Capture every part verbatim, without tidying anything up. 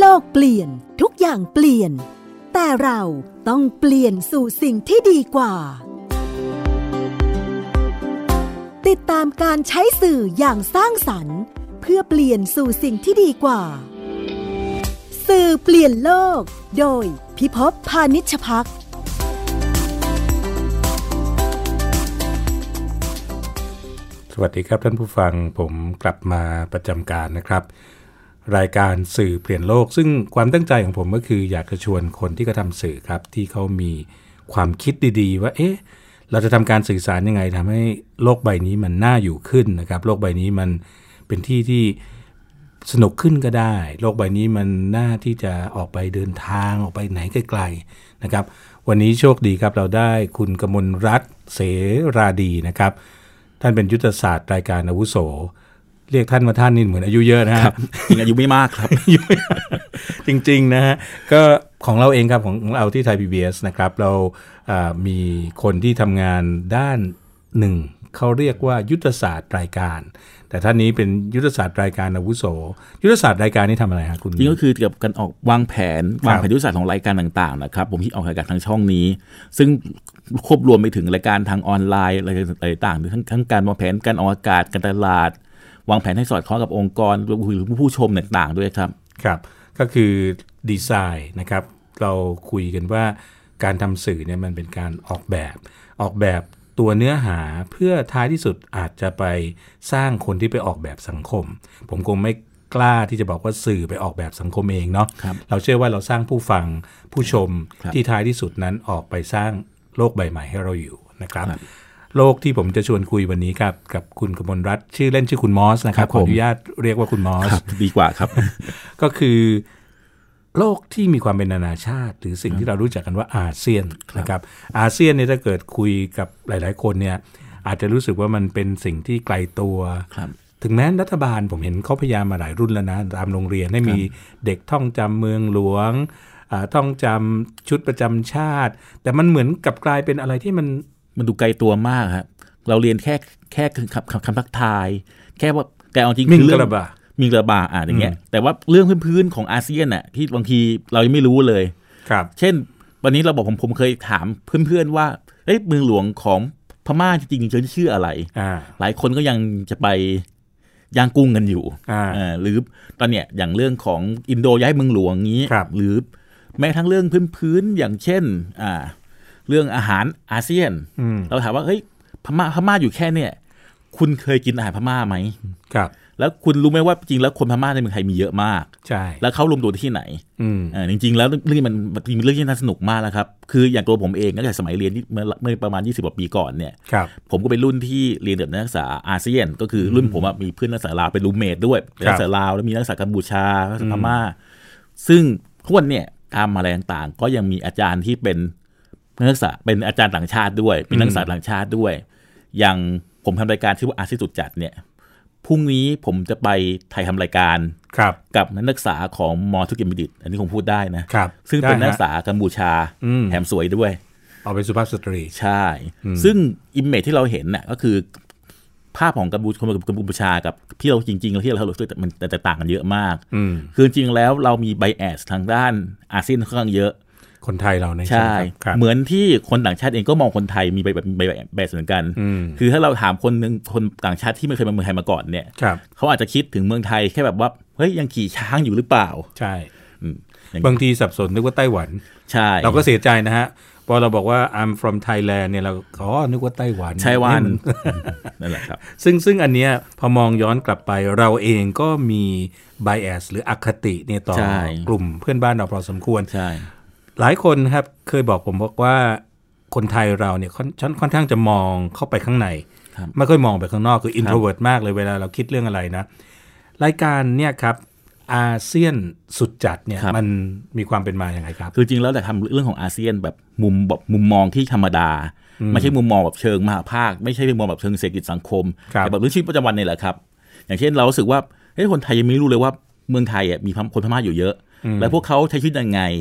โลกเปลี่ยนทุกอย่างเปลี่ยนแต่เราต้องเปลี่ยนสู่สิ่งที่ดีกว่าติดตามการใช้สื่ออย่างสร้างสรรค์เพื่อเปลี่ยนสู่สิ่งที่ดีกว่าสื่อเปลี่ยนโลกโดยพิภพพานิชภักดิ์สวัสดีครับท่านผู้ฟังผมกลับมาประจำการนะครับรายการสื่อเปลี่ยนโลกซึ่งความตั้งใจของผมก็คืออยากจะชวนคนที่เขาทำสื่อครับที่เขามีความคิดดีๆว่าเอ๊ะเราจะทำการสื่อสารยังไงทำให้โลกใบนี้มันน่าอยู่ขึ้นนะครับโลกใบนี้มันเป็นที่ที่สนุกขึ้นก็ได้โลกใบนี้มันน่าที่จะออกไปเดินทางออกไปไหนไกลๆนะครับวันนี้โชคดีครับเราได้คุณกมลรัตน์เสราดีนะครับท่านเป็นยุทธศาสตร์รายการอาวุโสเรียกท่านมาท่านนี่เหมือนอายุเยอะนะฮะจริงอายุไม่มากครับจริงๆนะฮะก็ของเราเองครับของเราที่ไทย พี บี เอส นะครับเรามีคนที่ทำงานด้านหนึ่งเขาเรียกว่ายุทธศาสตร์รายการแต่ท่านนี้เป็นยุทธศาสตร์รายการอาวุโสยุทธศาสตร์รายการนี่ทำอะไรครับคุณจริงก็คือเกี่ยวกับการออกวางแผนวางแผนยุทธศาสตร์ของรายการต่างๆนะครับผมที่ออกอากาศทางช่องนี้ซึ่งควบรวมไปถึงรายการทางออนไลน์อะไรต่างๆทั้งทั้งการวางแผนการออกอากาศการตลาดวางแผนให้สอดคล้องกับองค์กรหรือผู้ชมต่างๆด้วยครับครับก็คือดีไซน์นะครับเราคุยกันว่าการทำสื่อเนี่ยมันเป็นการออกแบบออกแบบตัวเนื้อหาเพื่อท้ายที่สุดอาจจะไปสร้างคนที่ไปออกแบบสังคมผมคงไม่กล้าที่จะบอกว่าสื่อไปออกแบบสังคมเองเนาะเราเชื่อว่าเราสร้างผู้ฟังผู้ชมที่ท้ายที่สุดนั้นออกไปสร้างโลกใบใหม่ให้เราอยู่นะครับโลกที่ผมจะชวนคุยวันนี้ครับกับคุณกมลรัตน์ชื่อเล่นชื่อคุณมอสนะครับขออนุญาตเรียกว่าคุณมอสดีกว่าครับก็คือโลกที่มีความเป็นนานาชาติหรือสิ่งที่เรารู้จักกันว่าอาเซียนนะครับอาเซียนเนี่ยถ้าเกิดคุยกับหลายๆคนเนี่ยอาจจะรู้สึกว่ามันเป็นสิ่งที่ไกลตัวถึงแม้รัฐบาลผมเห็นเขาพยายามมาหลายรุ่นแล้วนะตามโรงเรียนให้มีเด็กท่องจำเมืองหลวงท่องจำชุดประจำชาติแต่มันเหมือนกับกลายเป็นอะไรที่มันมันดูไกลตัวมากครับเราเรียนแค่แค่คำคำทักทายแค่ว่าแต่เอาจริงคือเรื่องมีกระบาอ่ะอย่างเงี้ยแต่ว่าเรื่องพื้นๆของอาเซียนน่ะที่บางทีเรายังไม่รู้เลยครับเช่นวันนี้เราบอกผมผมเคยถามเพื่อนๆว่าเอ้ยเมืองหลวงของพม่าจริงๆชื่ออะไรหลายคนก็ยังจะไปย่างกุ้งกันอยู่หรือตอนเนี้ยอย่างเรื่องของอินโดย้ายเมืองหลวงงี้หรือแม้ทั้งเรื่องพื้นๆอย่างเช่นอ่าเรื่องอาหารอาเซียนเราถามว่าเฮ้ยพม่าพม่าอยู่แค่เนี่ยคุณเคยกินอาหารพม่าไหมครับแล้วคุณรู้ไหมว่าจริงแล้วคนพม่าในเมืองไทยมีเยอะมากใช่แล้วเขารวมตัวที่ไหนอ่าจริงๆแล้วเรื่องนี้มันเป็นเรื่องที่น่าสนุกมากแล้วครับคืออย่างตัวผมเองตั้งแต่สมัยเรียนเมื่อเมื่อประมาณยี่สิบกว่าปีก่อนเนี่ยผมก็เป็นรุ่นที่เรียนแบบนักศึกษาอาเซียนก็คือรุ่นผมมีเพื่อนนักศึกษาลาวเป็นรูมเมทด้วยนักศึกษาลาวแล้วมีนักศึกษากัมพูชานักศึกษาพม่าซึ่งทุกวันเนี่ยตามอะไรต่างๆก็ยังมีอาจารย์ที่เป็นนักศึกษาเป็นอาจารย์ต่างชาติด้วยเป็นนักศึกษาต่างชาติด้วยอย่างผมทำรายการชื่อว่าอาเซียนสุดจัดเนี่ยพรุ่งนี้ผมจะไปไทยทำรายการกับนักศึกษาของมอธุรกิจบัณฑิตอันนี้คงพูดได้นะซึ่งเป็นนักศึกษากัมพูชาแถมสวยด้วยเอาเป็นสุภาพสตรีใช่ซึ่งอิมเมจที่เราเห็นน่ะก็คือภาพของกัมพูชากัมพูชากับที่เราจริงๆแล้วที่เรารู้สึกมันแต่ต่างกันเยอะมากคือจริงแล้วเรามีไบแอสทางด้านอาเซียนค่อนข้างเยอะคนไทยเราเนี่ยใช่เหมือนที่คนต่างชาติเองก็มองคนไทยมีแบบแบบเหมือนกันคือถ้าเราถามคนนึงคนต่างชาติที่ไม่เคยมาเมืองไทยมาก่อนเนี่ยเขาอาจจะคิดถึงเมืองไทยแค่แบบว่าเฮ้ยยังขี่ช้างอยู่หรือเปล่าใช่บางทีสับสนนึกว่าไต้หวันใช่เราก็เสียใจนะฮะพอเราบอกว่า I'm from Thailand เนี่ยเราอ๋อนึกว่าไต้หวันไต้หวันนั่นแหละครับซึ่งซึ่งอันเนี้ยพอมองย้อนกลับไปเราเองก็มี bias หรืออคติเนี่ยต่อกลุ่มเพื่อนบ้านเราพอสมควรใช่หลายคนครับเคยบอกผมบอกว่าคนไทยเราเนี่ยค่อนค่อนข้างจะมองเข้าไปข้างในไม่ค่อยมองไปข้างนอกคือ introvert มากเลยเวลาเราคิดเรื่องอะไรนะรายการเนี่ยครับอาเซียนสุดจัดเนี่ยมันมีความเป็นมาอย่างไรครับคือจริงแล้วแต่ทำเรื่องของอาเซียนแบบมุมแบบมุมมองที่ธรรมดาไม่ใช่มุมมองแบบเชิงมหาภาคไม่ใช่มุมมองแบบเชิงเศรษฐกิจสังคมแต่แบบเรื่องชีวิตประจำวันนี่แหละครับอย่างเช่นเรารู้สึกว่าเฮ้ยคนไทยยังไม่รู้เลยว่าเมืองไทยอ่ะมีคนพม่าอยู่เยอะแล้วพวกเขาใช้ชีวิตยังไง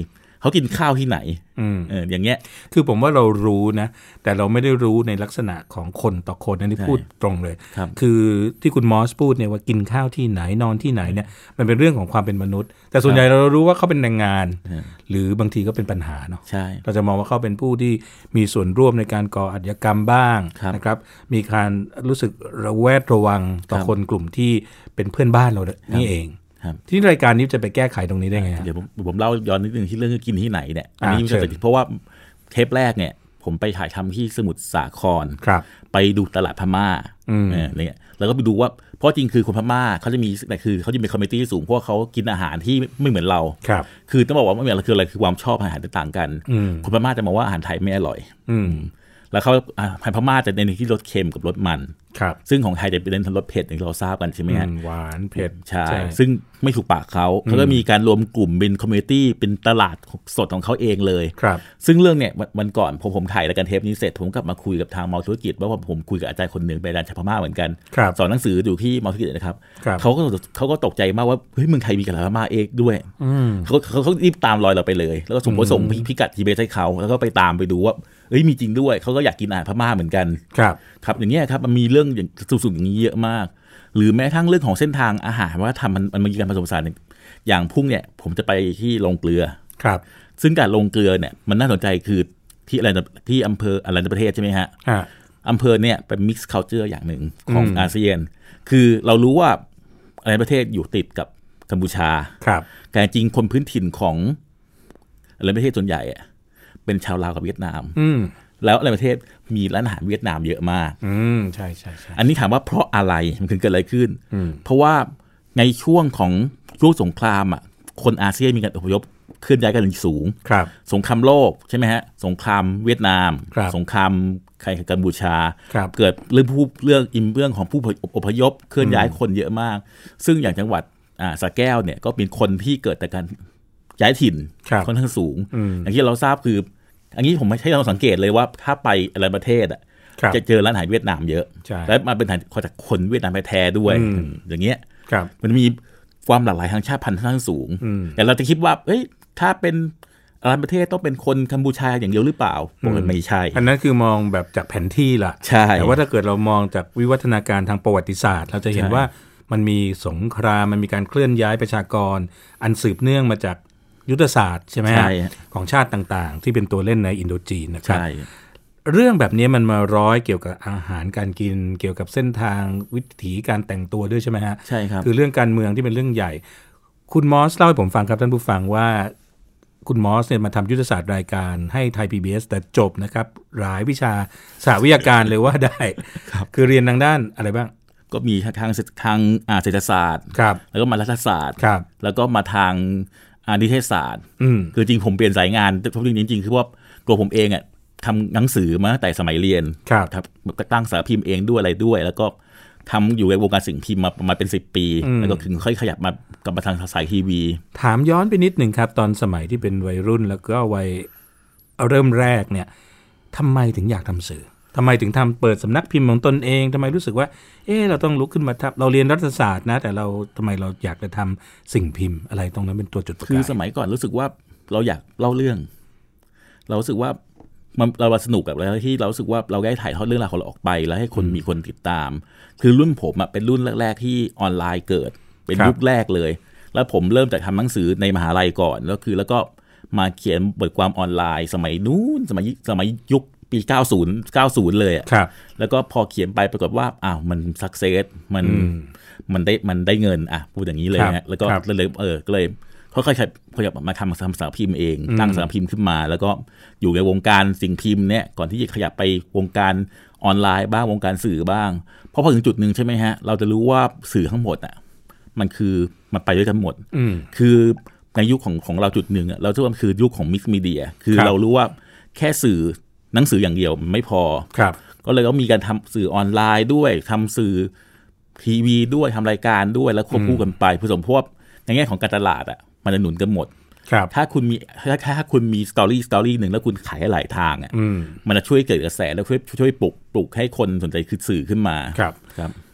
เขากินข้าวที่ไหนเอออย่างเงี้ยคือผมว่าเรารู้นะแต่เราไม่ได้รู้ในลักษณะของคนต่อคนนั่นที่พูดตรงเลยคคือที่คุณมอสพูดเนี่ยว่ากินข้าวที่ไหนนอนที่ไหนเนี่ยมันเป็นเรื่องของความเป็นมนุษย์แต่ส่วนใหญ่เรารู้ว่าเขาเป็นแรงงานหรือบางทีก็เป็นปัญหาเนาะเราจะมองว่าเขาเป็นผู้ที่มีส่วนร่วมในการก่ออาชญากรรมบ้างนะครับมีการรู้สึกระแวดระวังต่อคนกลุ่มที่เป็นเพื่อนบ้านเรานี่เองที่รายการนี้จะไปแก้ไขตรงนี้ได้ไงเดี๋ยวผมผมเล่าย้อนนิดนึงที่เรื่องกินที่ไหนเนี่ยอันนี้จะเพราะว่าเทปแรกเนี่ยผมไปถ่ายทำที่สมุทรสาครไปดูตลาดพม่าเนี่ยแล้วก็ไปดูว่าเพราะจริงคือคนพม่าเขาจะมีแต่คือเขาจะมีคอมมิชชั่นที่สูงเพราะเขากินอาหารที่ไม่เหมือนเราคือต้องบอกว่าไม่เหมือนเราคืออะไรคือความชอบอาหารต่างกันคนพม่าจะมองว่าอาหารไทยไม่อร่อยแล้วเขาอาหารพม่าจะเน้นที่รสเค็มกับรสมันซึ่งของไทยจะเป็นเน้นรสเผ็ดอย่างที่เราทราบกันใช่ไหมฮะหวานเผ็ดใช่ซึ่งไม่ถูกปากเขาเขาก็มีการรวมกลุ่มเป็นคอมมูนิตี้เป็นตลาดสดของเขาเองเลยซึ่งเรื่องเนี่ยวันก่อนผมผมถ่ายรายการเทปนี้เสร็จผมกลับมาคุยกับทางมอธุรกิจว่าผมคุยกับอาจารย์คนหนึ่งไปด้านชาวพม่าเหมือนกันสอนหนังสืออยู่ที่มอธุรกิจนะครับเขาก็เขาก็ตกใจมากว่าเฮ้ยเมืองไทยมีกับพม่าเองด้วยเขาเขาเขารีบตามรอยเราไปเลยแล้วก็ส่งส่งพิกัดทีเบสให้เขาแล้วก็ไปตามไปดูว่าเอ้ยมีจริงด้วยเขาก็อยากกินอาหารพม่าเหมือนกันครับครับอย่างเงี้ยครับมันมีเรื่องอย่างสุดๆอย่างนี้เยอะมากหรือแม้ทั้งเรื่องของเส้นทางอาหารว่าทำมันมันมีการผสมผสานอย่างพุ่งเนี่ยผมจะไปที่โรงเกลือครับซึ่งการโรงเกลือเนี่ยมันน่าสนใจคือที่อะไรที่อำเภออะไรในประเทศใช่ไหมฮะอำเภอเนี่ยเป็น mix culture อย่างหนึ่งของอาเซียนคือเรารู้ว่าอะไรประเทศอยู่ติดกับกัมพูชาครับแต่จริงคนพื้นถิ่นของอะไรประเทศส่วนใหญ่เป็นชาวลาวกับเวียดนามแล้วในประเทศมีร้านอาหารเวียดนามเยอะมากอืมใช่ใช่ใช่อันนี้ถามว่าเพราะอะไรมันถึงเกิดอะไรขึ้นเพราะว่าในช่วงของช่วงสงครามอ่ะคนอาเซียนมีการอพยพเคลื่อนย้ายกันสูงครับสงครามโลกใช่ไหมฮะสงครามเวียดนามสงครามใครกัมพูชาเกิดเรื่องผู้เรื่องอิมเรื่องของผู้อพยพเคลื่อนย้ายคนเยอะมากซึ่งอย่างจังหวัดอ่าสระแก้วเนี่ยก็เป็นคนที่เกิดจากการย้ายถิ่นค่อนข้างสูงอย่างที่เราทราบคืออันนี้ผมไม่ใช่เราสังเกตเลยว่าถ้าไปอะไรประเทศอ่ะจะเจอร้านอาหารเวียดนามเยอะและมาเป็นฐานจากคนเวียดนามแท้ๆด้วยอย่างเงี้ยมันมีความหลากหลายทางชาติพันธุ์ค่อนข้างสูงแต่เราจะคิดว่าเฮ้ยถ้าเป็นอะไรประเทศต้องเป็นคนกัมพูชาอย่างเดียวหรือเปล่ามันไม่ใช่อันนั้นคือมองแบบจากแผนที่ล่ะแต่ว่าถ้าเกิดเรามองจากวิวัฒนาการทางประวัติศาสตร์เราจะเห็นว่ามันมีสงครามมันมีการเคลื่อนย้ายประชากรอันสืบเนื่องมาจากยุทธศาสตร์ใช่ไหมของชาติต่างๆที่เป็นตัวเล่นในอินโดจีนนะครับเรื่องแบบนี้มันมาร้อยเกี่ยวกับอาหารการกินเกี่ยวกับเส้นทางวิถีการแต่งตัวด้วยใช่ไหมฮะใช่ครับคือเรื่องการเมืองที่เป็นเรื่องใหญ่คุณมอสเล่าให้ผมฟังครับท่านผู้ฟังว่าคุณมอสเนี่ยมาทำยุทธศาสตร์รายการให้ไทย พี บี เอส แต่จบนะครับหลายวิชาสาวิทยาการเลยว่าได้ คือเรียนทางด้านอะไรบ้างก็มีทางทางเศรษฐศาสตร์แล้วก็มารัฐศาสตร์แล้วก็มาทางอานิเทศศาสตร์คือจริงผมเปลี่ยนสายงานเพราะจริงๆคือว่าตัวผมเองอ่ะทำหนังสือมาแต่สมัยเรียนครับก็ตั้งสำนักพิมพ์เองด้วยอะไรด้วยแล้วก็ทำอยู่ในวงการสิ่งพิมพ์มาประมาณเป็นสิบปีแล้วก็ถึงค่อยขยับมากลับมาทางสายทีวีถามย้อนไปนิดหนึ่งครับตอนสมัยที่เป็นวัยรุ่นแล้วก็วัยเริ่มแรกเนี่ยทำไมถึงอยากทำสื่อทำไมถึงทำเปิดสำนักพิมพ์ของตนเองทำไมรู้สึกว่าเออเราต้องลุกขึ้นมาทำเราเรียนรัฐศาสตร์นะแต่เราทำไมเราอยากจะทำสิ่งพิมพ์อะไรตรงนั้นเป็นตัวจุดประกายคือสมัยก่อนรู้สึกว่าเราอยากเล่าเรื่องเรารู้สึกว่ามันเราสนุกกับอะไรที่เรารู้สึกว่าเราได้ถ่ายทอดเรื่องราวของเราออกไปแล้วให้คนมีคนติดตามคือรุ่นผมอ่ะเป็นรุ่นแรกๆที่ออนไลน์เกิดเป็นยุคแรกเลยแล้วผมเริ่มจากทำหนังสือในมหาลัยก่อนแล้วคือแล้วก็มาเขียนบทความออนไลน์สมัยนู้นสมัยสมัยยุคปีเก้าสิบ เก้าสิบเลยอ่ะแล้วก็พอเขียนไปปรากฏว่าอ้าวมันสักเซสมันมันได้มันได้เงินอ่ะพูดอย่างนี้เลยฮะแล้วก็เลยเออก็เลยค่อยๆขยับมาทำสำนักพิมพ์เองตั้งสำนักพิมพ์ขึ้นมาแล้วก็อยู่ในวงการสิ่งพิมพ์เนี่ยก่อนที่จะขยับไปวงการออนไลน์บ้างวงการสื่อบ้างเพราะพอถึงจุดหนึ่งใช่ไหมฮะเราจะรู้ว่าสื่อทั้งหมดอ่ะมันคือมันไปด้วยกันหมดคือในยุคของของเราจุดหนึ่งอ่ะเราจะว่าคือยุคของมิกซ์มีเดียคือเรารู้ว่าแค่สื่อหนังสืออย่างเดียวมันไม่พอก็เลยต้องมีการทำสื่อออนไลน์ด้วยทำสื่อทีวีด้วยทำรายการด้วยแล้วควบคู่กันไปผสมพวกในแง่ของการตลาดอ่ะมันจะหนุนกันหมดถ้าคุณมีถ้าถ้าคุณมีสตอรี่สตอรี่หนึ่งแล้วคุณขายหลายทางอ่ะมันจะช่วยเกิดกระแสแล้วช่วยช่วยปลุกปลุกให้คนสนใจคือสื่อขึ้นมาครับครับ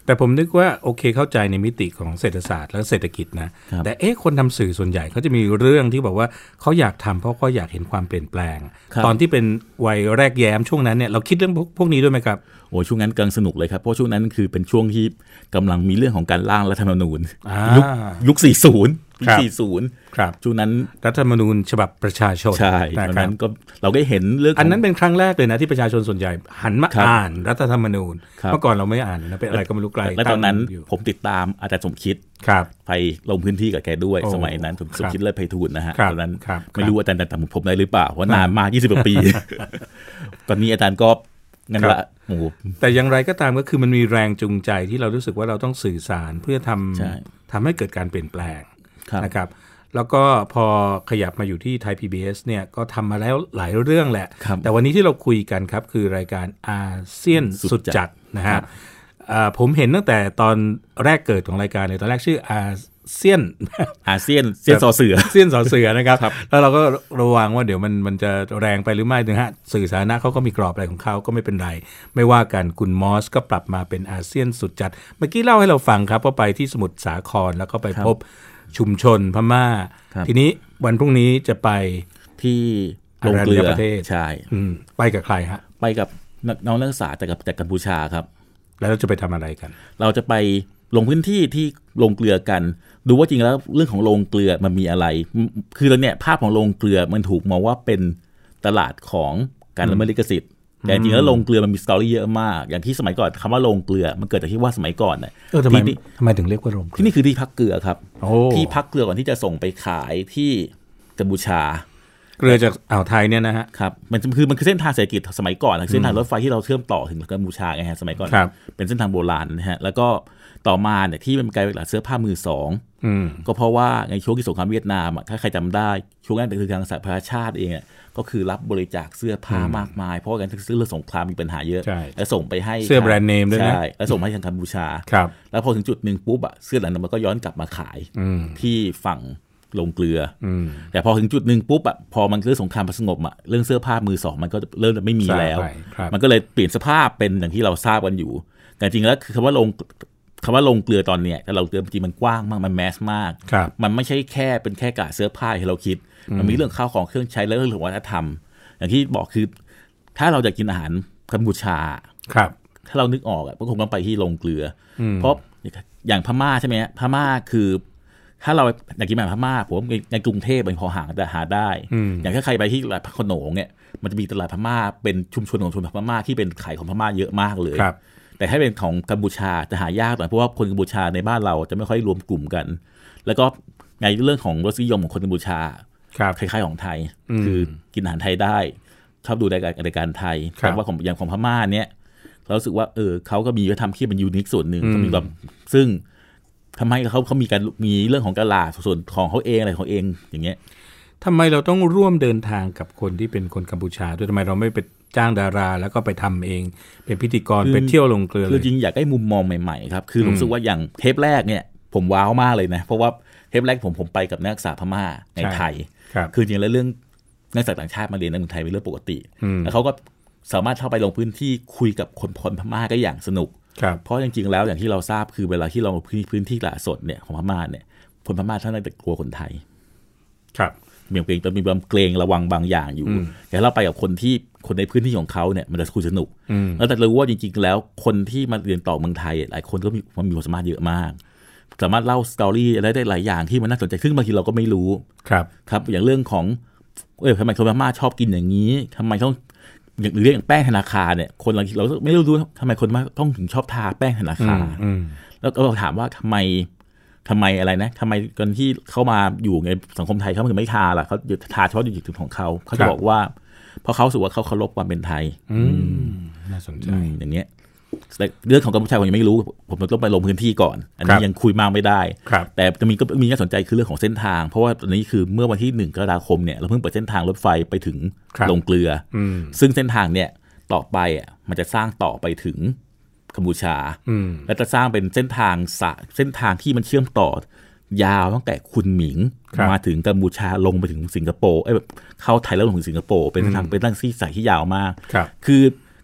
แต่ผมนึกว่าโอเคเข้าใจในมิติของเศรษฐศาสตร์และเศรษฐกิจนะแต่เอ๊ะคนทำสื่อส่วนใหญ่เขาจะมีเรื่องที่บอกว่าเขาอยากทำเพราะเขาอยากเห็นความเปลี่ยนแปลงตอนที่เป็นวัยแรกแย้มช่วงนั้นเนี่ยเราคิดเรื่องพวกพวกนี้ด้วยไหมครับโอ้ช่วงนั้นกำลังสนุกเลยครับเพราะช่วงนั้นคือเป็นช่วงที่กำลังมีเรื่องของการร่างรัฐธรรมนูญยุคยุคสี่สิบปีสี่สิบครับช่วงนั้นรัฐธรรมนูญฉบับประชาชนใช่ตอนนั้นก็เราก็เห็นเรื่องอันนั้นเป็นครั้งแรกเลยนะที่ประชาชนส่วนใหญ่หันมาอ่านรัฐธรรมนูญเมื่อก่อนเราไม่อ่านนะเป็นอะไรก็ไม่รู้ไกลและตอนนั้นผมติดตามอาจารย์สมคิดไปลงพื้นที่กับแกด้วยสมัยนั้นสมคิดเลิศไพฑูรย์นะฮะตอนนั้นไม่รู้อาจารย์จำผมได้หรือเปล่าว่านานมากยี่สิบกว่าปีตอนนี้อาจารย์ก็งั้นละแต่อย่างไรก็ตามก็คือมันมีแรงจูงใจที่เรารู้สึกว่าเราต้องสื่อสารเพื่อทำทำให้เกิดการเปลี่ยนแปลงนะครับแล้วก็พอขยับมาอยู่ที่ไทย พี บี เอส เนี่ยก็ทำมาแล้วหลายเรื่องแหละแต่วันนี้ที่เราคุยกันครับคือรายการอาเซียนสุดจัดนะฮะผมเห็นตั้งแต่ตอนแรกเกิดของรายการเลยตอนแรกชื่ออาเซียนอาเซียนเซียนสอเสือเซียนสอเสือนะครับแล้วเราก็ระวังว่าเดี๋ยวมันมันจะแรงไปหรือไม่นะฮะสื่อสาธารณะเขาก็มีกรอบอะไรของเขาก็ไม่เป็นไรไม่ว่ากันคุณมอสก็ปรับมาเป็นอาเซียนสุดจัดเมื่อกี้เล่าให้เราฟังครับว่าไปที่สมุทรสาครแล้วก็ไปพบชุมชนพม่าทีนี้วันพรุ่งนี้จะไปที่โรงเกลือประเทศใช่ไปกับใครฮะไปกับน้องนักศึกษาจากจากกัมพูชาครับแล้วเราจะไปทำอะไรกันเราจะไปลงพื้นที่ที่โรงเกลือกันดูว่าจริงแล้วเรื่องของโรงเกลือมันมีอะไรคือตอนเนี้ยภาพของโรงเกลือมันถูกมองว่าเป็นตลาดของการละเมิดลิขสิทธิ์แต่จริงแล้วโรงเกลือมันมีสตอรี่เยอะมากอย่างที่สมัยก่อนคำว่าโรงเกลือมันเกิดจากที่ว่าสมัยก่อนน่ะเออทำไมทำไมถึงเรียกว่าโรงเกลือที่นี่คือที่พักเกลือครับที่พักเกลือก่อนที่จะส่งไปขายที่กัมพูชาเกลือจากอ่าวไทยเนี่ยนะฮะครับมันคือมันคือเส้นทางเศรษฐกิจสมัยก่อนเส้นทางรถไฟที่เราเชื่อมต่อถึงกัมพูชาไงฮะสมัยก่อนเป็นเส้นทางโบราณนะฮะแล้วก็ต่อมาเนี่ยที่มันกลายเป็นตลาดเสื้อผ้ามือสองก็เพราะว่าในช่วงที่สงครามเวียดนามถ้าใครจำได้ช่วงนั้นคือทางสหประชาชาติเองก็คือรับบริจาคเสื้อผ้ามากมายเพราะการซื้อเรื่องสงครามมีปัญหาเยอะแล้วส่งไปให้เสื้อแบรนด์เนมด้วยนะใช่แล้วส่งให้ทางกัมพูชาแล้วพอถึงจุดหนึ่งปุ๊บอะเสื้อเหล่านั้นมันก็ย้อนกลับมาขายที่ฝั่งลงเกลือแต่พอถึงจุดหนึ่งปุ๊บอะพอมันเรื่องสงครามสงบอะเรื่องเสื้อผ้ามือสองมันก็เริ่มไม่มีแล้วมันก็เลยเปลี่ยนสภาพเป็นอย่างที่เราทราบกันอยู่แต่จริงแล้วคือคำว่าลงคำว่าลงเกลือตอนเนี้ยแต่เราเกลือจริงมันกว้างมากมันแมสมากมันไม่ใช่แค่เป็นแค่กะเสื้อผ้าที่เราคิดมันมีเรื่องข้าวของเครื่องใช้และเรื่องวัฒนธรรมอย่างที่บอกคือถ้าเราจะกินอาหารกัมพูชาถ้าเรานึกออกก็คงต้องไปที่ลงเกลือเพราะอย่างพม่าใช่ไหมพม่าคือถ้าเราอยากกินอาหารพม่าผมในกรุงเทพมันพอหาแต่หาได้อย่างถ้าใครไปที่ตลาดพระโขนงเนี่ยมันจะมีตลาดพม่าเป็นชุมชนของชนพม่าที่เป็นขายของพม่าเยอะมากเลยแต่ถ้าเป็นของกัมพูชาจะหายากหน่อยเพราะว่าคนกัมพูชาในบ้านเราจะไม่ค่อยรวมกลุ่มกันแล้วก็ในเรื่องของรสนิยมของคนกัมพูชาคล้ายๆของไทยคือกินอาหารไทยได้ชอบดูรายการรายการไทยแต่ว่าของอย่างของพม่าเนี่ยเรารู้สึกว่าเออเขาก็มีวัฒนธรรมที่เป็นยูนิคส่วนหนึ่งเขามีแบบซึ่งทำไมเขาเขามีการมีเรื่องของตลาดส่วนของเขาเองอะไรของเองอย่างเงี้ยทำไมเราต้องร่วมเดินทางกับคนที่เป็นคนกัมพูชาด้วยทำไมเราไม่ไปจ้างดาราแล้วก็ไปทำเองเป็นพิธีกรไปเที่ยวลงเกลือคือจริงอยากได้มุมมองใหม่ๆครับคือรู้สึกว่าอย่างเทปแรกเนี่ยผมว้าวมากเลยนะเพราะว่าเทปแรกผมผมไปกับนักศึกษาพม่าในไทยคือจริงแล้วเรื่องนักศึกษาต่างชาติมาเรียนในเมืองไทยเป็นเรื่องปกติแล้วเขาก็สามารถเข้าไปลงพื้นที่คุยกับคนคนพม่าก็อย่างสนุกเพราะจริงๆแล้วอย่างที่เราทราบคือเวลาที่เราพื้นพื้นที่ตลาดสดเนี่ยของพม่าเนี่ยคนพม่าท่านน่าจะกลัวคนไทยครับมีเกรงมีความเกรงระวังบางอย่างอยู่แต่เราไปกับคนที่คนในพื้นที่ของเขาเนี่ยมันจะคุยสนุกแล้วแต่เรารู้ว่าจริงๆแล้วคนที่มาเรียนต่อเมืองไทยหลายคนก็มีมันมีความสามารถเยอะมากสามารถเล่าสตอรี่อะไรได้หลายอย่างที่มันน่าสนใจซึ่งบางทีเราก็ไม่รู้ครับครับอย่างเรื่องของเออทำไมคนพม่าชอบกินอย่างนี้ทำไมต้องหรือเรื่องแป้งธนาคารเนี่ยคนเราเราไม่รู้ทำไมคนพม่าต้องถึงชอบทาแป้งธนาคารแล้วก็เราถามว่าทำไมทำไมอะไรนะทำไมคนที่เข้ามาอยู่ในสังคมไทยเขาถึงไม่ทาล่ะเขาทาเฉพาะจุดของเขาเขาจะบอกว่าเพราะเขาสึกว่าเขาเคารพความเป็นไทยน่าสนใจอย่างเงี้ยเรื่องของกัมพูชาผมยังไม่รู้ผมต้องไปลงพื้นที่ก่อนอันนี้ยังคุยมากไม่ได้แต่จะมีก็มีน่าสนใจคือเรื่องของเส้นทางเพราะว่าตอนนี้คือเมื่อวันที่หนึ่งกรกฎาคมเนี่ยเราเพิ่งเปิดเส้นทางรถไฟไปถึงลงเกลือซึ่งเส้นทางเนี่ยต่อไปอ่ะมันจะสร้างต่อไปถึงกัมพูชาและจะสร้างเป็นเส้นทางเส้นทางที่มันเชื่อมต่อยาวตั้งแต่คุนหมิงมาถึงกัมพูชาลงไปถึงสิงคโปร์เข้าไทยแล้วลงถึงสิงคโปร์เป็นทางเป็นทางที่สายที่ยาวมากคือ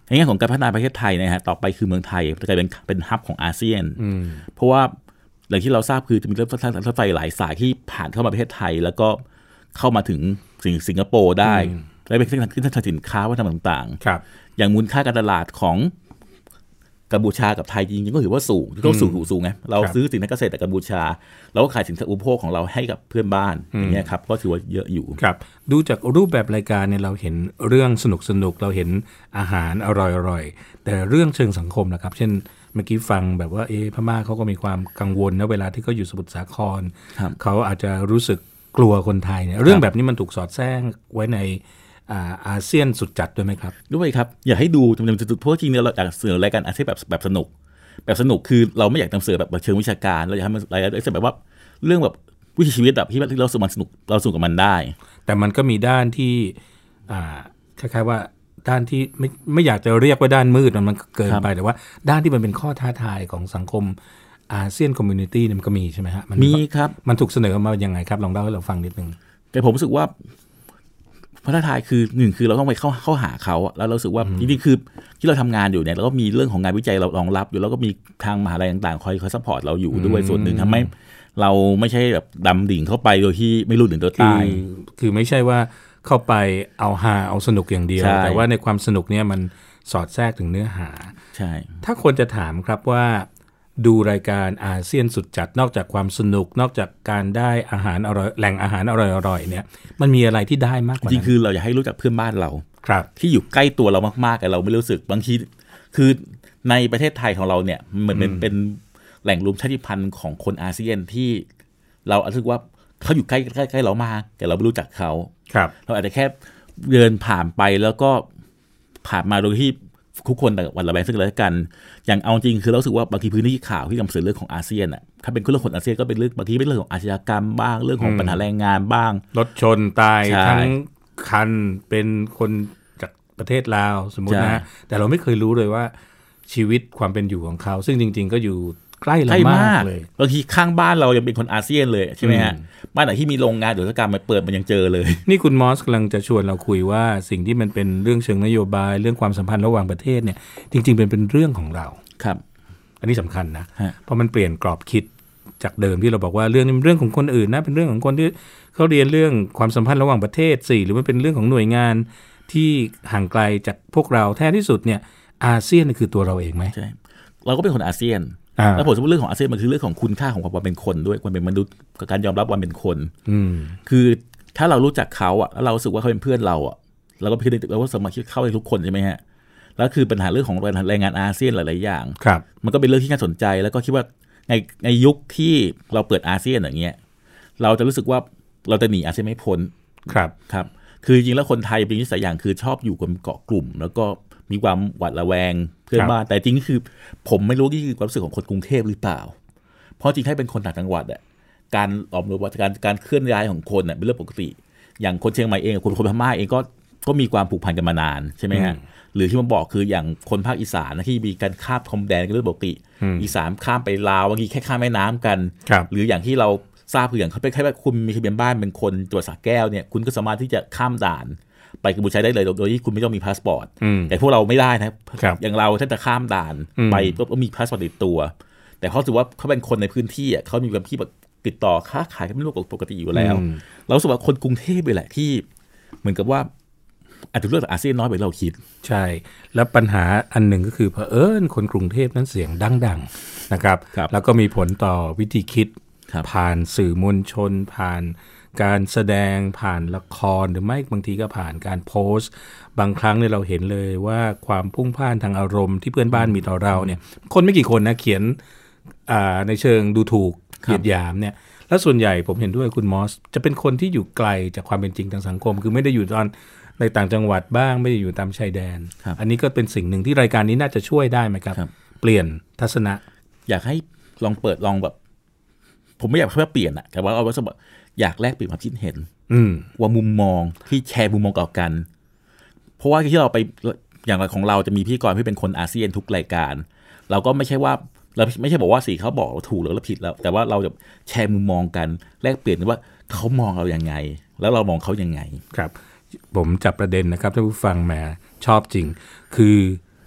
ในแง่ของการพัฒนาประเทศไทยนะฮะต่อไปคือเมืองไทยจะกลายเป็นเป็นฮับของอาเซียนเพราะว่าอย่างที่เราทราบคือจะมีรถรถไฟหลายสายที่ผ่านเข้ามาประเทศไทยแล้วก็เข้ามาถึงสิงสิงคโปร์ได้และเป็นเส้นทางขึ้นทางสินค้าวัฒนธรรมต่างๆอย่างมูลค่าการตลาดของกัมพูชากับไทยจริงๆก็ถือว่าสูงก็สูงสูงไงเราซื้อสินค้าเกษตรจากกัมพูชาเราก็ขายสินค้าอุปโภคของเราให้กับเพื่อนบ้านอย่างเงี้ยครับก็ถือว่าเยอะอยู่ครับดูจากรูปแบบรายการเนี่ยเราเห็นเรื่องสนุกสนุกเราเห็นอาหารอร่อยๆแต่เรื่องเชิงสังคมนะครับเช่นเมื่อกี้ฟังแบบว่าเอ๊ะพม่าเขาก็มีความกังวลนะเวลาที่เขาอยู่สมุทรสาครเขาอาจจะรู้สึกกลัวคนไทยเนี่ยเรื่องแบบนี้มันถูกสอดแทรกไว้ในอาเซียนสุดจัดด้วยไหมครับด้วยครับอยากให้ดูจำนวนจุดเพราะจริงๆเราอยากเสนอรายการอาเซียนแบบแบบสนุกแบบสนุกคือเราไม่อยากนำเสนอแบบเชิงวิชาการเราอยากให้มันรายการแบบว่าเรื่องแบบวิถีชีวิตแบบที่เราสนุกสนุกเราสนุกกับมันได้แต่มันก็มีด้านที่คล้ายๆว่าด้านที่ไม่ไม่อยากจะเรียกว่าด้านมืดมันเกินไปแต่ว่าด้านที่มันเป็นข้อท้าทายของสังคมอาเซียนคอมมูนิตี้มันก็มีใช่ไหมฮะมีครับมันถูกเสนอมาอย่างไงครับลองเล่าให้เราฟังนิดนึงแต่ผมรู้สึกว่าพระท้าทายคือหนึ่งคือเราต้องไปเข้าเข้าหาเขาแล้วเราสึกว่าจริงๆคือที่เราทำงานอยู่เนี่ยเราก็มีเรื่องของงานวิจัยเรารองรับอยู่แล้วก็มีทางมหาลัยต่างๆคอยคอยซัพพอร์ตเราอยู่ด้วยส่วนหนึ่งทำให้เราไม่ใช่แบบดำดิ่งเข้าไปโดยที่ไม่รู้ถึงตัวใต้คือไม่ใช่ว่าเข้าไปเอาฮาเอาสนุกอย่างเดียวแต่ว่าในความสนุกเนี่ยมันสอดแทรกถึงเนื้อหาใช่ถ้าคนจะถามครับว่าดูรายการอาเซียนสุดจัดนอกจากความสนุกนอกจากการได้อาหารอร่อยแหล่งอาหารอร่อยๆเนี่ยมันมีอะไรที่ได้มากกว่านั้นจริงคือเราอยากให้รู้จักเพื่อนบ้านเราครับที่อยู่ใกล้ตัวเรามากๆแต่เราไม่รู้สึกบางทีคือในประเทศไทยของเราเนี่ยเหมือนเป็นเป็นแหล่งรวมชาติพันธุ์ของคนอาเซียนที่เรารู้สึกว่าเขาอยู่ใกล้ใกล้ๆเรามากแต่เราไม่รู้จักเขาครับเราอาจจะแค่เดินผ่านไปแล้วก็ผ่านมาโดยที่ทุกคนแต่วันละแบงซึ่งกันและกันอย่างเอาจริงคือเราสึกว่าบางทีพื้นที่ข่าวที่นำเสนอเรื่องของอาเซียนอ่ะถ้าเป็นเรื่องคนอาเซียนก็เป็นเรื่องบางทีเป็นเรื่องของอาชญากรรมบ้างเรื่องของปัญหาแรงงานบ้างรถชนตายทั้งคันเป็นคนจากประเทศลาวสมมุตินะแต่เราไม่เคยรู้เลยว่าชีวิตความเป็นอยู่ของเขาซึ่งจริงๆก็อยู่ใกล้เรามากเลยบางทีข้างบ้านเรายังเป็นคนอาเซียนเลยใช่ไหมฮะบ้านไหนที่มีโรงงานอุตสาหกรรมมาเปิดมันยังเจอเลยนี่คุณมอสกำลังจะชวนเราคุยว่าสิ่งที่มันเป็นเรื่องเชิงนโยบายเรื่องความสัมพันธ์ระหว่างประเทศเนี่ยจริงๆเป็นเป็นเรื่องของเราครับอันนี้สำคัญนะเพราะมันเปลี่ยนกรอบคิดจากเดิมที่เราบอกว่าเรื่องนี้เป็นเรื่องของคนอื่นนะเป็นเรื่องของคนที่เขาเรียนเรื่องความสัมพันธ์ระหว่างประเทศสิหรือมันเป็นเรื่องของหน่วยงานที่ห่างไกลจากพวกเราแท้ที่สุดเนี่ยอาเซียนคือตัวเราเองไหมใช่เราก็เป็นคนอาเซียนแล้วผมว่าเรื่องของอาเซียนมันคือเรื่องของคุณค่าของความเป็นคนด้วยความเป็นมนุษย์กับการยอมรับความเป็นคนคือถ้าเรารู้จักเขาอ่ะแล้วเราสึกว่าเขาเป็นเพื่อนเราอ่ะเราก็พิจารณาเราก็สามารถคิดเข้าได้ทุกคนใช่ไหมฮะแล้วคือปัญหาเรื่องของแรงงานอาเซียนหลายๆอย่างมันก็เป็นเรื่องที่น่าสนใจแล้วก็คิดว่าในในยุคที่เราเปิดอาเซียนอย่างเงี้ยเราจะรู้สึกว่าเราจะหนีอาเซียนไม่พ้นครับครับคือจริงแล้วคนไทยเป็นนิสัยอย่างคือชอบอยู่กับเกาะกลุ่มแล้วก็มีความหวาดระแวงเพื่อนบ้านแต่จริงคือผมไม่รู้นี่คือความรู้สึกของคนกรุงเทพหรือเปล่าเพราะจริงถ้าเป็นคนต่างจังหวัดอ่ะการออมรวมการการเคลื่อนย้ายของคนอ่ะเป็นเรื่องปกติอย่างคนเชียงใหม่เองคนคนพม่าเองก็ก็มีความผูกพันกันมานานใช่ไหมฮะหรือที่ผมบอกคืออย่างคนภาคอีสานนะที่มีการข้ามพรมแดนกันเรื่องปกติอีสานข้ามไปลาวบางทีแค่ข้ามแม่น้ำกันหรืออย่างที่เราทราบคืออย่างเขาเป็นแค่ว่าคุณมีทะเบียนบ้านเป็นคนจังหวัดสระแก้วเนี่ยคุณก็สามารถที่จะข้ามด่านไปกัมพูชาได้เลยโดยที่คุณไม่ต้องมีพาสปอร์ตแต่พวกเราไม่ได้นะอย่างเราถ้าจะข้ามด่านไปก็ต้องมีพาสปอร์ตติดตัวแต่เขาถือว่าเขาเป็นคนในพื้นที่อ่ะเขามีความที่แบบติดต่อค้าขายกันไม่รู้ปกติอยู่แล้วเราสึกว่าคนกรุงเทพเลยแหละที่เหมือนกับว่าอาจจะเลือกอาเซียนน้อยไปเราคิดใช่แล้วปัญหาอันหนึ่งก็คือเผอิญคนกรุงเทพนั้นเสียงดังๆนะครับแล้วก็มีผลต่อวิธีคิดผ่านสื่อมวลชนผ่านการแสดงผ่านละครหรือไม่บางทีก็ผ่านการโพสต์บางครั้งเนี่ยเราเห็นเลยว่าความพุ่งพ่านทางอารมณ์ที่เพื่อนบ้านมีต่อเราเนี่ยคนไม่กี่คนนะเขียนในเชิงดูถูกเหยียดหยามเนี่ยแล้วส่วนใหญ่ผมเห็นด้วยคุณมอสจะเป็นคนที่อยู่ไกลจากความเป็นจริงทางสังคมคือไม่ได้อยู่ตอนในต่างจังหวัดบ้างไม่ได้อยู่ตามชายแดนอันนี้ก็เป็นสิ่งหนึ่งที่รายการนี้น่าจะช่วยได้ไหมครับเปลี่ยนทัศนะอยากให้ลองเปิดลองแบบผมไม่อยากเพื่อเปลี่ยนอะแต่ว่าเอาไว้สำหรับอยากแลกเปลี่ยนความคิดเห็นว่ามุมมองที่แชร์มุมมองต่อกันเพราะว่าที่เราไปอย่างของเราจะมีพิธีกรที่เป็นคนอาเซียนทุกรายการเราก็ไม่ใช่ว่าเราไม่ใช่บอกว่าสีเขาบอกเราถูกหรือเราผิดแล้วแต่ว่าเราจะแชร์มุมมองกันแลกเปลี่ยนว่าเขามองเราอย่างไงแล้วเรามองเขายังไงครับผมจับประเด็นนะครับท่านผู้ฟังแหมชอบจริงคือ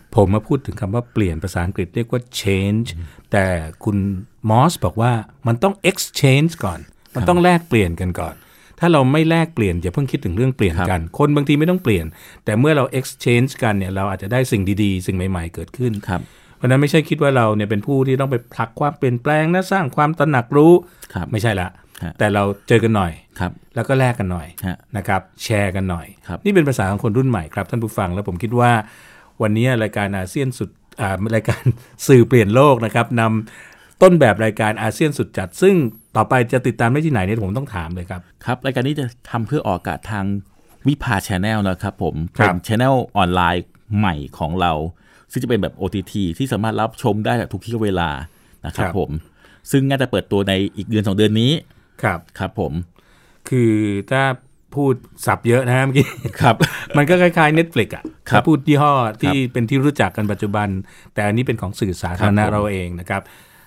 ผมมาพูดถึงคำว่าเปลี่ยนภาษาอังกฤษเรียกว่า change แต่คุณมอสบอกว่ามันต้อง exchange ก่อนมันต้องแลกเปลี่ยนกันก่อนถ้าเราไม่แลกเปลี่ยนอย่าเพิ่งคิดถึงเรื่องเปลี่ยนกันคนบางทีไม่ต้องเปลี่ยนแต่เมื่อเรา exchange กันเนี่ยเราอาจจะได้สิ่งดีๆสิ่งใหม่ๆเกิดขึ้นเพราะนั้นไม่ใช่คิดว่าเราเนี่ยเป็นผู้ที่ต้องไปผลักความเปลี่ยนแปลงนะสร้างความตระหนักรู้ไม่ใช่ละแต่เราเจอกันหน่อยแล้วก็แลกกันหน่อยนะครับแชร์กันหน่อยนี่เป็นภาษาของคนรุ่นใหม่ครับท่านผู้ฟังแล้วผมคิดว่าวันนี้รายการอาเซียนสุดอ่ารายการสื่อเปลี่ยนโลกนะครับนำต้นแบบรายการอาเซียนสุดจัดซึ่งต่อไปจะติดตามได้ที่ไหนเนี่ยผมต้องถามเลยครับครับรายการนี้จะทำเพื่อออกอากาศทางวิภา Channel นะครับผมเป็น Channel ออนไลน์ใหม่ของเราซึ่งจะเป็นแบบ โอ ที ที ที่สามารถรับชมได้ทุกที่เวลานะครับผมซึ่งน่าจะเปิดตัวในอีกเดือนสองเดือนนี้ครับครับผมคือถ้าพูดสับเยอะนะเมื่อกี้ครับมันก็คล้ายๆ Netflix อ่ะถ้าพูดยี่ห้อที่เป็นที่รู้จักกันปัจจุบันแต่อันนี้เป็นของสื่อสาธารณะเราเองนะครับ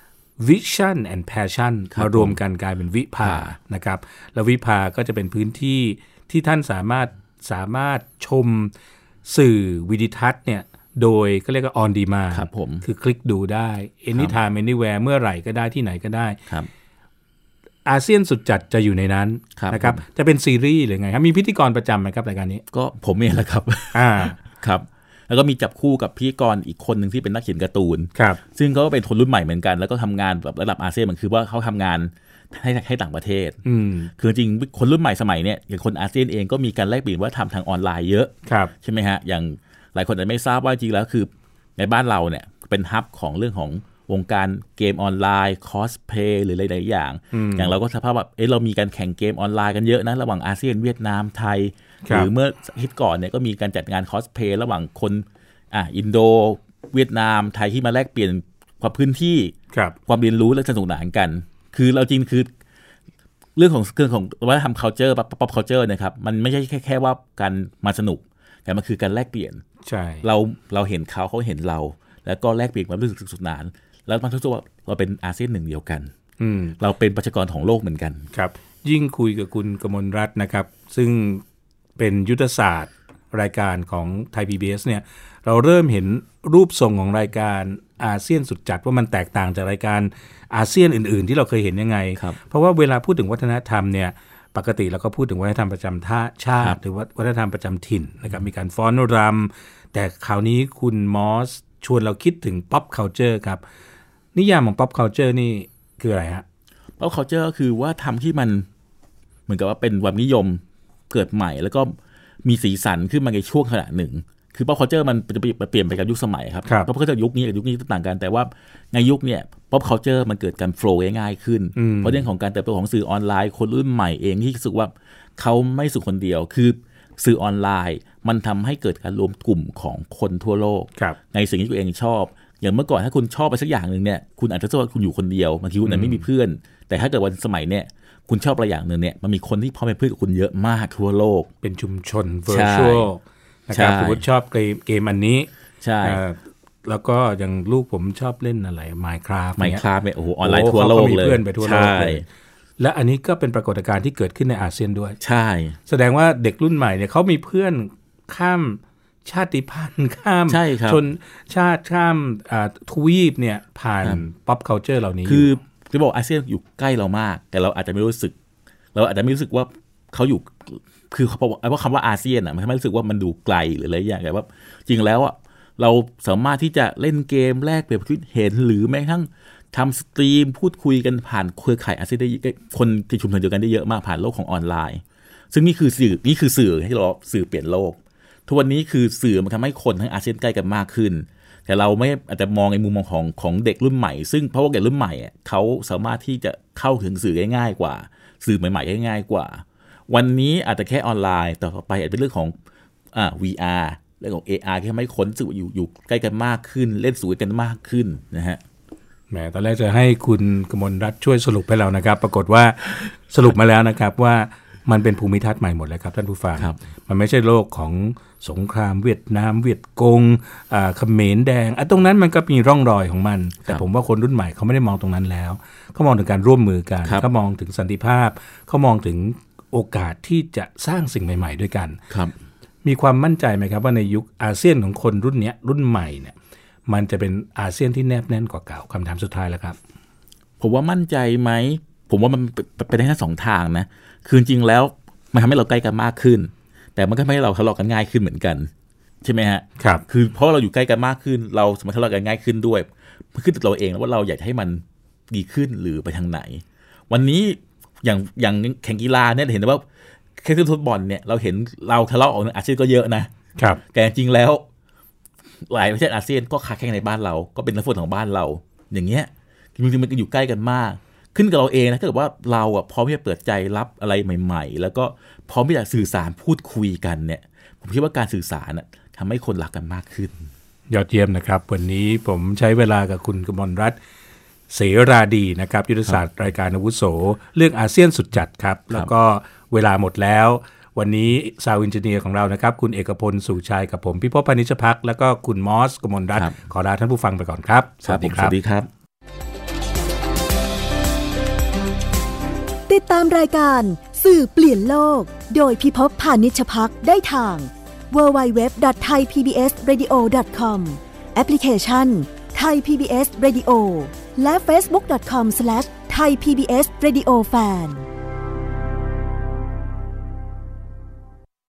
Vision and Passion มารวมกันกลายเป็นวิภานะครับแล้ววิภาก็จะเป็นพื้นที่ที่ท่านสามารถสามารถชมสื่อวิดิทัศน์เนี่ยโดยก็เรียกว่า on demand ครับผมคือคลิกดูได้ anytime anywhere เมื่อไหร่ก็ได้ที่ไหนก็ได้อาเซียนสุดจัดจะอยู่ในนั้นนะครับจะเป็นซีรีส์หรือไงครับมีพิธีกรประจำไหมครับรายการนี้ก็ผมเองแหละครับอ่าครับแล้วก็มีจับคู่กับพิธีกรอีกคนหนึ่งที่เป็นนักเขียนการ์ตูนครับซึ่งเขาก็เป็นคนรุ่นใหม่เหมือนกันแล้วก็ทำงานแบบระดับอาเซียนมันคือว่าเขาทำงานให้ให้ต่างประเทศคือจริงคนรุ่นใหม่สมัยเนี้ยอย่างคนอาเซียนเองก็มีการแลกเปลี่ยนว่าทำทางออนไลน์เยอะใช่ไหมฮะอย่างหลายคนอาจจะไม่ทราบว่าจริงแล้วคือในบ้านเราเนี่ยเป็นฮับของเรื่องของวงการเกมออนไลน์คอสเพย์หรืออะไรหลายอย่าง อ, อย่างเราก็สภาพแบบเออเรามีการแข่งเกมออนไลน์กันเยอะนะระหว่างอาเซียนเวียดนามไทยหรือเมื่ออาทิตย์ก่อนเนี่ยก็มีการจัดงานคอสเพย์ระหว่างคนอ่ะอินโดเวียดนามไทยที่มาแลกเปลี่ยนความพื้นที่ความเรียนรู้และสนุกสนานกันคือเราจริงคือเรื่องของเรื่องของวัฒนธรรม culture pop culture นะครับมันไม่ใช่แค่แค่ว่าการมาสนุกแต่มันคือการแลกเปลี่ยนใช่เราเราเห็นเขาเขาเห็นเราแล้วก็แลกเปลี่ยนความรู้สึกสนุกสนานแล้วมันรู้สึกว่าเราเป็นอาเซียนหนึ่งเดียวกันเราเป็นประชากรของโลกเหมือนกันครับยิ่งคุยกับคุณกมลรัตน์นะครับซึ่งเป็นยุทธศาสตร์รายการของไทย พี บี เอส เนี่ยเราเริ่มเห็นรูปทรงของรายการอาเซียนสุดจัดว่ามันแตกต่างจากรายการอาเซียนอื่นๆที่เราเคยเห็นยังไงเพราะว่าเวลาพูดถึงวัฒนธรรมเนี่ยปกติเราก็พูดถึงวัฒนธรรมประจำท่าชาติหรือว่าวัฒนธรรมประจำถิ่นนะครับมีการฟ้อนรำแต่คราวนี้คุณมอสชวนเราคิดถึง pop culture ครับนิยามของ pop culture นี่คืออะไรฮะ pop culture ก็คือว่าทำที่มันเหมือนกับว่าเป็นความนิยมเกิดใหม่แล้วก็มีสีสันขึ้นมาในช่วงขณะหนึ่งคือ pop culture มันจะเปลี่ยนไปกับยุคสมัยครับ pop culture ยุคนี้กับยุคนี้ต่างกันแต่ว่าในยุคเนี้ย pop culture มันเกิดการโฟลว์ง่ายขึ้นเพราะเรื่องของการเติบโตของสื่อออนไลน์คนรุ่นใหม่เองที่รู้สึกว่าเขาไม่สุขคนเดียวคือสื่อออนไลน์มันทำให้เกิดการรวมกลุ่มของคนทั่วโลกในสิ่งที่ตัวเองชอบอย่างเมื่อก่อนถ้าคุณชอบไปสักอย่างนึงเนี่ยคุณอาจจะรู้ว่าคุณอยู่คนเดียวบางทีคุณอาจไม่มีเพื่อนแต่ถ้าเกิดวันสมัยเนี่ยคุณชอบอะไรอย่างนึงเนี่ยมันมีคนที่พร้อมเป็นเพื่อนกับคุณเยอะมากทั่วโลกเป็นชุมชน virtual นะครับผมชอบเกมอันนี้ใช่แล้วก็อย่างลูกผมชอบเล่นอะไร Minecraft Minecraft เนี่ยโอ้โหออนไลน์ทั่วโลกเลยเพื่อนไปทั่วโลกเลยและอันนี้ก็เป็นปรากฏการณ์ที่เกิดขึ้นในอาเซียนด้วยใช่แสดงว่าเด็กรุ่นใหม่เนี่ยเขามีเพื่อนข้ามชาติพันธุ์ข้ามชนชาติข้ามทวีปเนี่ยผ่าน pop culture เหล่านี้คือจะบอกอาเซียนอยู่ใกล้เรามากแต่เราอาจจะไม่รู้สึกเราอาจจะไม่รู้สึกว่าเขาอยู่คือเพราะว่าคำว่าอาเซียนอ่ะมันทำให้รู้สึกว่ามันดูไกลหรืออะไรอย่างแต่ว่าจริงแล้วอ่ะเราสามารถที่จะเล่นเกมแลกเปลี่ยนความคิดเห็นหรือแม้กระทั่งทำสตรีมพูดคุยกันผ่านเครือข่ายอาเซียนได้คนที่ชุมชนเดียวกันได้เยอะมากผ่านโลกของออนไลน์ซึ่งนี่คือสื่อนี่คือสื่อที่เราสื่อเปลี่ยนโลกทุกวันนี้คือสื่อมันทำให้คนทั้งอาเซียนใกล้กันมากขึ้นแต่เราไม่อาจจะมองในมุมมองของของเด็กรุ่นใหม่ซึ่งเพราะว่าเด็กรุ่นใหม่เขาสามารถที่จะเข้าถึงสื่อง่ายๆกว่าสื่อใหม่ๆง่ายๆกว่าวันนี้อาจจะแค่ออนไลน์ต่อไปอาจจะเป็นเรื่องของอ่า วี อาร์ เรื่องของ เอ อาร์ ที่ทำให้คนสื่ออยู่อยู่ใกล้กันมากขึ้นเล่นสื่อกันมากขึ้นนะฮะแหมตอนแรกจะให้คุณกมลรัตน์ช่วยสรุปให้เรานะครับปรากฏว่าสรุปมาแล้วนะครับว่ามันเป็นภูมิทัศน์ใหม่หมดเลยครับท่านผู้ฟังมันไม่ใช่โลกของสงครามเวียดนามเวียดกงอ่าเขมรแดงอ่ะตรงนั้นมันก็มีร่องรอยของมันแต่ผมว่าคนรุ่นใหม่เขาไม่ได้มองตรงนั้นแล้วเขามองถึงการร่วมมือกันเขามองถึงสันติภาพเขามองถึงโอกาสที่จะสร้างสิ่งใหม่ๆด้วยกันครับมีความมั่นใจไหมครับว่าในยุคอาเซียนของคนรุ่นนี้รุ่นใหม่เนี่ยมันจะเป็นอาเซียนที่แนบแน่นกว่าเก่าคำถามสุดท้ายแล้วครับผมว่ามั่นใจไหมผมว่ามันไปได้ทั้งสองทางนะคือจริงแล้วมันทำให้เราใกล้กันมากขึ้นแต่มันก็ทำให้เราทะเลาะกันง่ายขึ้นเหมือนกันใช่ไหมฮะครับคือเพราะเราอยู่ใกล้กันมากขึ้นเราสามารถทะเลาะกันง่ายขึ้นด้วยมันขึ้นกับเราเองว่าเราอยากให้มันดีขึ้นหรือไปทางไหนวันนี้อย่างอย่างแข่งกีฬาเนี่ยเห็นว่าแค่ฟุตบอลเนี่ยเราเห็นเราทะเลาะออกในอาเซียนก็เยอะนะครับแต่จริงแล้วหลายประเทศอาเซียนก็ค้าแข่งในบ้านเราก็เป็นนักฟุตบอลของบ้านเราอย่างเงี้ยจริงๆมันก็อยู่ใกล้กันมากขึ้นกับเราเองนะถ้าเกิดว่าเราอ่ะพร้อมที่จะเปิดใจรับอะไรใหม่ๆแล้วก็พร้อมที่จะสื่อสารพูดคุยกันเนี่ยผมคิดว่าการสื่อสารน่ะทำให้คนรักกันมากขึ้นยอดเยี่ยมนะครับวันนี้ผมใช้เวลากับคุณกมลรัตน์เสราดีนะครับยุทธศาสตร์รายการอาวุโสเรื่องอาเซียนสุดจัดครับแล้วก็เวลาหมดแล้ววันนี้ซาวด์อินจิเนียร์ของเรานะครับคุณเอกพลสู่ชัยกับผมพิภพพานิชภักแล้วก็คุณมอสกมลรัตน์ขอลาท่านผู้ฟังไปก่อนครับสวัสดีครับสวัสดีครับติดตามรายการสื่อเปลี่ยนโลกโดยพิภพพานิชภักได้ทาง ดับเบิลยู ดับเบิลยู ดับเบิลยู ดอท ไทย พี บี เอส เรดิโอ ดอท คอม แอปพลิเคชัน Thai พี บี เอส Radio และ เฟซบุ๊ก ดอท คอม สแลช ไทย พี บี เอส เรดิโอ แฟน